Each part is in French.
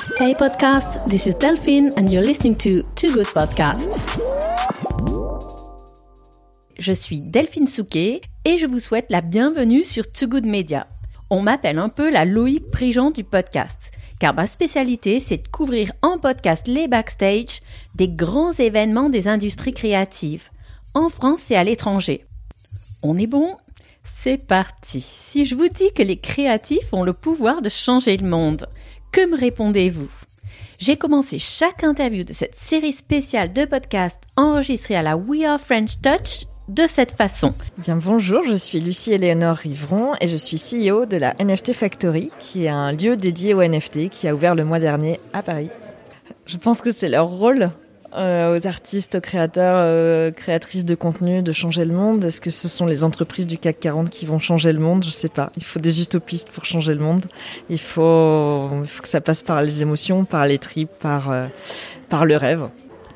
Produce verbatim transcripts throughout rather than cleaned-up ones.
Hey podcast, this is Delphine and you're listening to Too Good Podcasts. Je suis Delphine Souquet et je vous souhaite la bienvenue sur Too Good Media. On m'appelle un peu la Loïc Prigent du podcast, car ma spécialité c'est de couvrir en podcast les backstage des grands événements des industries créatives, en France et à l'étranger. On est bon ? C'est parti. Si je vous dis que les créatifs ont le pouvoir de changer le monde, que me répondez-vous ? J'ai commencé chaque interview de cette série spéciale de podcasts enregistrée à la We Are French Touch de cette façon. Bien bonjour, je suis Lucie-Éléonore Rivron et je suis C E O de la N F T Factory, qui est un lieu dédié aux N F T qui a ouvert le mois dernier à Paris. Je pense que c'est leur rôle euh, aux artistes, aux créateurs, euh, créatrices de contenu de changer le monde. Est-ce que ce sont les entreprises du C A C quarante qui vont changer le monde ? Je sais pas. Il faut des utopistes pour changer le monde. Il faut, il faut que ça passe par les émotions, par les tripes, par, euh, par le rêve.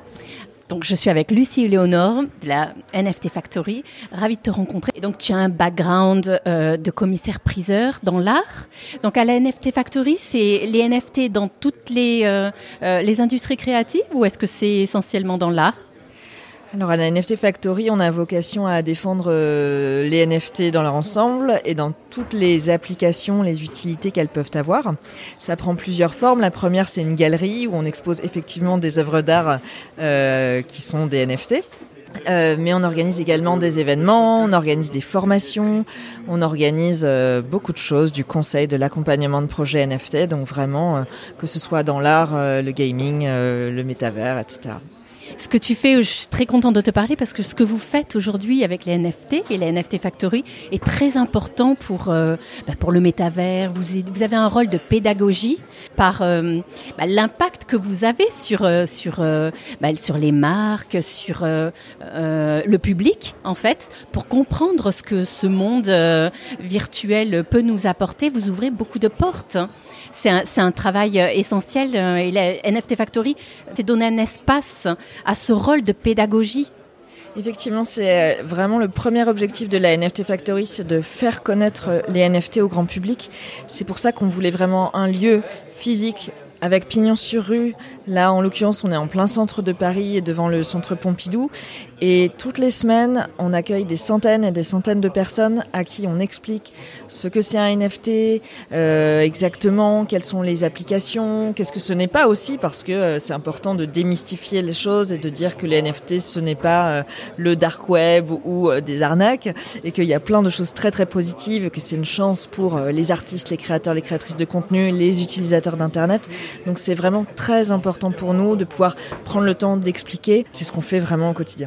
Donc, je suis avec Lucie-Éléonore de la N F T Factory. Ravie de te rencontrer. Et donc, tu as un background euh, de commissaire-priseur dans l'art. Donc, à la N F T Factory, c'est les N F T dans toutes les, euh, euh, les industries créatives ou est-ce que c'est essentiellement dans l'art ? Alors à la N F T Factory, on a vocation à défendre euh, les N F T dans leur ensemble et dans toutes les applications, les utilités qu'elles peuvent avoir. Ça prend plusieurs formes. La première, c'est une galerie où on expose effectivement des œuvres d'art euh, qui sont des N F T. Euh, mais on organise également des événements, on organise des formations, on organise euh, beaucoup de choses, du conseil, de l'accompagnement de projets N F T. Donc vraiment, euh, que ce soit dans l'art, euh, le gaming, euh, le métavers, et cetera. Ce que tu fais, je suis très contente de te parler parce que ce que vous faites aujourd'hui avec les N F T et les N F T Factory est très important pour, euh, bah pour le métavers. Vous, vous avez un rôle de pédagogie par euh, bah, l'impact que vous avez sur, euh, sur, euh, bah, sur les marques, sur euh, euh, le public, en fait, pour comprendre ce que ce monde euh, virtuel peut nous apporter. Vous ouvrez beaucoup de portes. C'est un, c'est un travail essentiel et la N F T Factory s'est donné un espace à ce rôle de pédagogie. Effectivement, c'est vraiment le premier objectif de la N F T Factory, c'est de faire connaître les N F T au grand public. C'est pour ça qu'on voulait vraiment un lieu physique avec pignon sur rue. Là, en l'occurrence, on est en plein centre de Paris, devant le centre Pompidou. Et toutes les semaines, on accueille des centaines et des centaines de personnes à qui on explique ce que c'est un N F T, euh, exactement, quelles sont les applications, qu'est-ce que ce n'est pas aussi, parce que euh, c'est important de démystifier les choses et de dire que les N F T, ce n'est pas euh, le dark web ou euh, des arnaques, et qu'il y a plein de choses très très positives, que c'est une chance pour euh, les artistes, les créateurs, les créatrices de contenu, les utilisateurs d'Internet. Donc c'est vraiment très important pour nous de pouvoir prendre le temps d'expliquer. C'est ce qu'on fait vraiment au quotidien.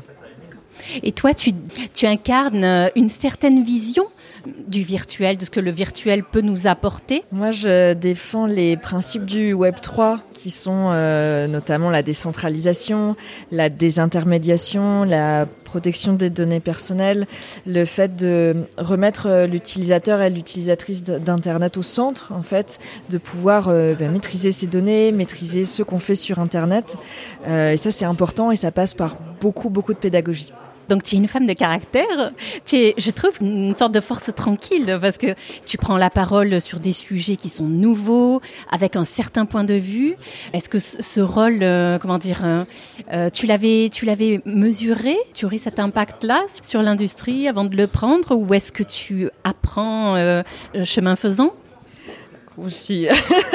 Et toi, tu, tu incarnes une certaine vision du virtuel, de ce que le virtuel peut nous apporter. Moi, je défends les principes du Web trois qui sont euh, notamment la décentralisation, la désintermédiation, la protection des données personnelles, le fait de remettre l'utilisateur et l'utilisatrice d'Internet au centre, en fait, de pouvoir euh, ben, maîtriser ses données, maîtriser ce qu'on fait sur Internet. Euh, et ça, c'est important et ça passe par beaucoup, beaucoup de pédagogie. Donc, tu es une femme de caractère. Tu es, je trouve, une sorte de force tranquille parce que tu prends la parole sur des sujets qui sont nouveaux, avec un certain point de vue. Est-ce que ce, ce rôle, euh, comment dire, euh, tu l'avais, tu l'avais mesuré ? Tu aurais cet impact-là sur l'industrie avant de le prendre, ou est-ce que tu apprends euh, chemin faisant ? Je suis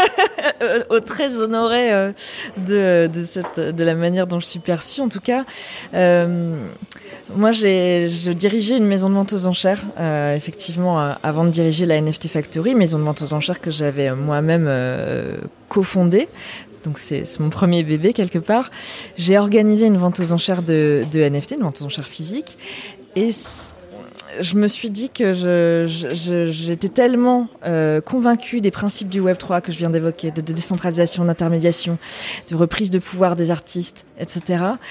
très honorée euh, de, de, cette, de la manière dont je suis perçue, en tout cas. Euh, moi, j'ai, je dirigeais une maison de vente aux enchères, euh, effectivement, euh, avant de diriger la N F T Factory, maison de vente aux enchères que j'avais moi-même euh, cofondée. Donc c'est, c'est mon premier bébé, quelque part. J'ai organisé une vente aux enchères de, de N F T, une vente aux enchères physique. Et je me suis dit que je, je, j'étais tellement euh, convaincue des principes du Web trois que je viens d'évoquer, de décentralisation, d'intermédiation, de reprise de pouvoir des artistes, et cetera,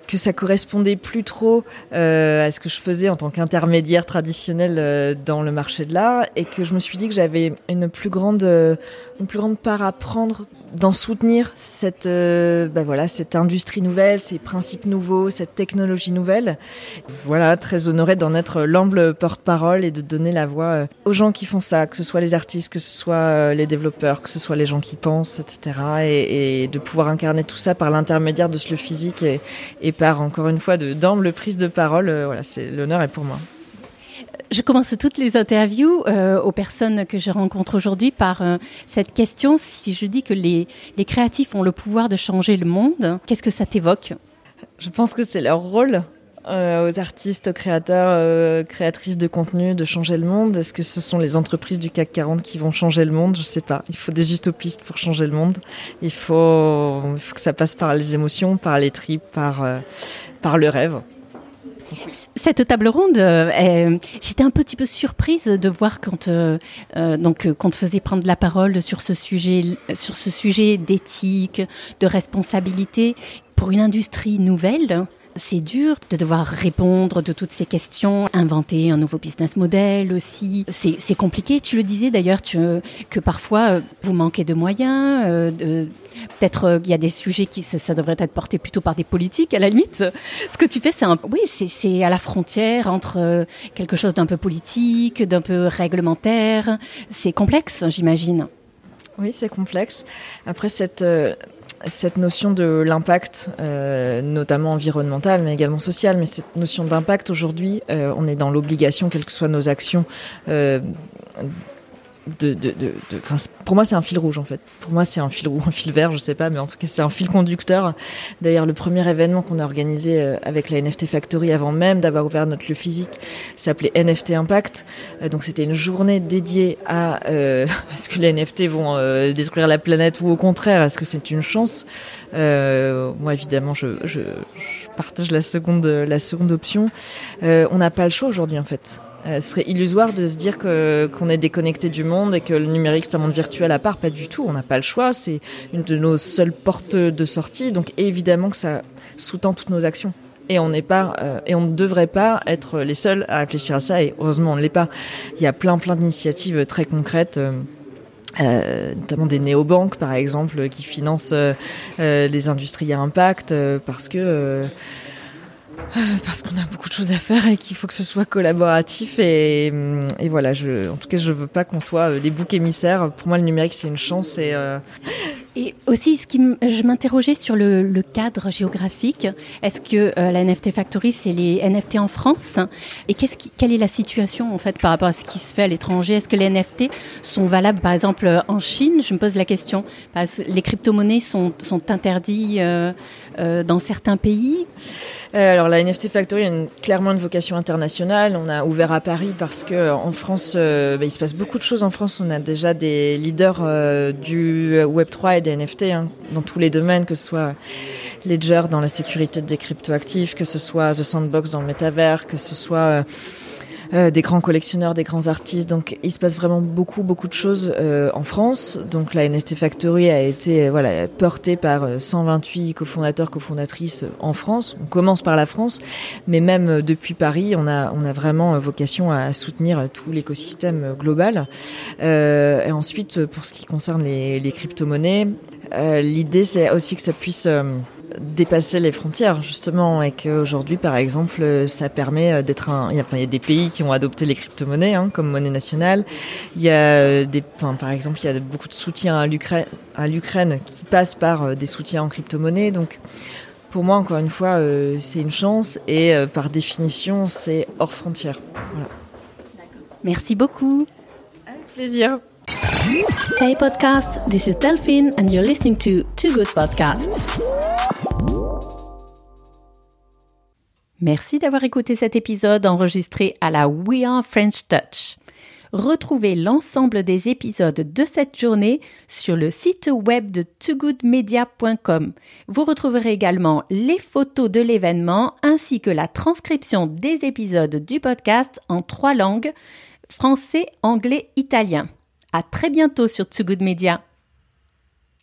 que ça correspondait plus trop euh, à ce que je faisais en tant qu'intermédiaire traditionnel euh, dans le marché de l'art, et que je me suis dit que j'avais une plus grande, euh, une plus grande part à prendre dans soutenir cette, euh, bah voilà, cette industrie nouvelle, ces principes nouveaux, cette technologie nouvelle. Voilà, très honorée d'en être l'humble porte-parole et de donner la voix euh, aux gens qui font ça, que ce soit les artistes, que ce soit euh, les développeurs, que ce soit les gens qui pensent, et cetera. Et, et de pouvoir incarner tout ça par l'intermédiaire de ce physique et, et par, encore une fois, de d'humble prise de parole. Euh, voilà, c'est, l'honneur est pour moi. Je commence toutes les interviews euh, aux personnes que je rencontre aujourd'hui par euh, cette question. Si je dis que les, les créatifs ont le pouvoir de changer le monde, qu'est-ce que ça t'évoque ? Je pense que c'est leur rôle. Euh, aux artistes, aux créateurs, euh, créatrices de contenu, de changer le monde. Est-ce que ce sont les entreprises du C A C quarante qui vont changer le monde ? Je sais pas. Il faut des utopistes pour changer le monde. Il faut, il faut que ça passe par les émotions, par les tripes, par, euh, par le rêve. Cette table ronde, euh, j'étais un petit peu surprise de voir quand euh, euh, donc quand on faisait prendre la parole sur ce sujet, sur ce sujet d'éthique, de responsabilité pour une industrie nouvelle. C'est dur de devoir répondre de toutes ces questions, inventer un nouveau business model aussi. C'est, c'est compliqué. Tu le disais d'ailleurs tu, que parfois euh, vous manquez de moyens. Euh, de, peut-être euh, il y a des sujets qui ça, ça devrait être porté plutôt par des politiques à la limite. Ce que tu fais, c'est un, oui, c'est, c'est à la frontière entre euh, quelque chose d'un peu politique, d'un peu réglementaire. C'est complexe, j'imagine. Oui, c'est complexe. Après cette euh... cette notion de l'impact, euh, notamment environnemental, mais également social, mais cette notion d'impact, aujourd'hui, euh, on est dans l'obligation, quelles que soient nos actions, euh, de, de, de, de, enfin, pour moi, c'est un fil rouge, en fait. Pour moi, c'est un fil rouge, un fil vert, je sais pas, mais en tout cas, c'est un fil conducteur. D'ailleurs, le premier événement qu'on a organisé avec la N F T Factory, avant même d'avoir ouvert notre lieu physique, s'appelait N F T Impact. Donc, c'était une journée dédiée à euh, est-ce que les N F T vont euh, détruire la planète ou au contraire, est-ce que c'est une chance ? euh, Moi, évidemment, je, je, je partage la seconde, la seconde option. Euh, on n'a pas le choix aujourd'hui, en fait. Euh, ce serait illusoire de se dire que, qu'on est déconnecté du monde et que le numérique c'est un monde virtuel à part. Pas du tout, on n'a pas le choix, c'est une de nos seules portes de sortie, donc évidemment que ça sous-tend toutes nos actions. Et on n'est pas, euh, et on ne devrait pas être les seuls à réfléchir à ça, et heureusement on ne l'est pas. Il y a plein plein d'initiatives très concrètes, euh, Euh, notamment des néobanques par exemple qui financent euh, euh, les industries à impact euh, parce que euh, parce qu'on a beaucoup de choses à faire et qu'il faut que ce soit collaboratif et, et voilà, je, en tout cas je veux pas qu'on soit les boucs émissaires. Pour moi le numérique c'est une chance et euh... Et aussi, ce qui m- je m'interrogeais sur le, le cadre géographique. Est-ce que euh, la N F T Factory, c'est les N F T en France ? Et qu'est-ce qui, quelle est la situation en fait par rapport à ce qui se fait à l'étranger ? Est-ce que les N F T sont valables, par exemple, en Chine ? Je me pose la question. Parce que les crypto-monnaies sont, sont interdits euh, euh, dans certains pays. Euh, alors la N F T Factory a une, clairement une vocation internationale. On a ouvert à Paris parce que en France, euh, bah, il se passe beaucoup de choses en France. On a déjà des leaders euh, du web trois et des N F T hein, dans tous les domaines, que ce soit Ledger dans la sécurité des cryptoactifs, que ce soit The Sandbox dans le métavers, que ce soit euh, euh, des grands collectionneurs, des grands artistes. Donc il se passe vraiment beaucoup beaucoup de choses euh, en France. Donc la N F T Factory a été euh, voilà portée par euh, cent vingt-huit cofondateurs, cofondatrices en France. On commence par la France, mais même euh, depuis Paris, on a on a vraiment euh, vocation à soutenir euh, tout l'écosystème euh, global. Euh, et ensuite, pour ce qui concerne les, les crypto-monnaies, euh, l'idée c'est aussi que ça puisse euh, dépasser les frontières justement, et qu'aujourd'hui par exemple ça permet d'être un il y a, enfin, il y a des pays qui ont adopté les crypto-monnaies hein, comme monnaie nationale. Il y a des enfin, par exemple il y a beaucoup de soutien à l'Ukraine à l'Ukraine qui passe par des soutiens en crypto-monnaie. Donc pour moi encore une fois euh, c'est une chance et euh, par définition c'est hors frontières. Voilà. Merci beaucoup. Avec plaisir. Hey podcast, this is Delphine and you're listening to Too Good Podcasts. Merci d'avoir écouté cet épisode enregistré à la We Are French Touch. Retrouvez l'ensemble des épisodes de cette journée sur le site web de too good media point com. Vous retrouverez également les photos de l'événement ainsi que la transcription des épisodes du podcast en trois langues, français, anglais, italien. À très bientôt sur Too Good Media.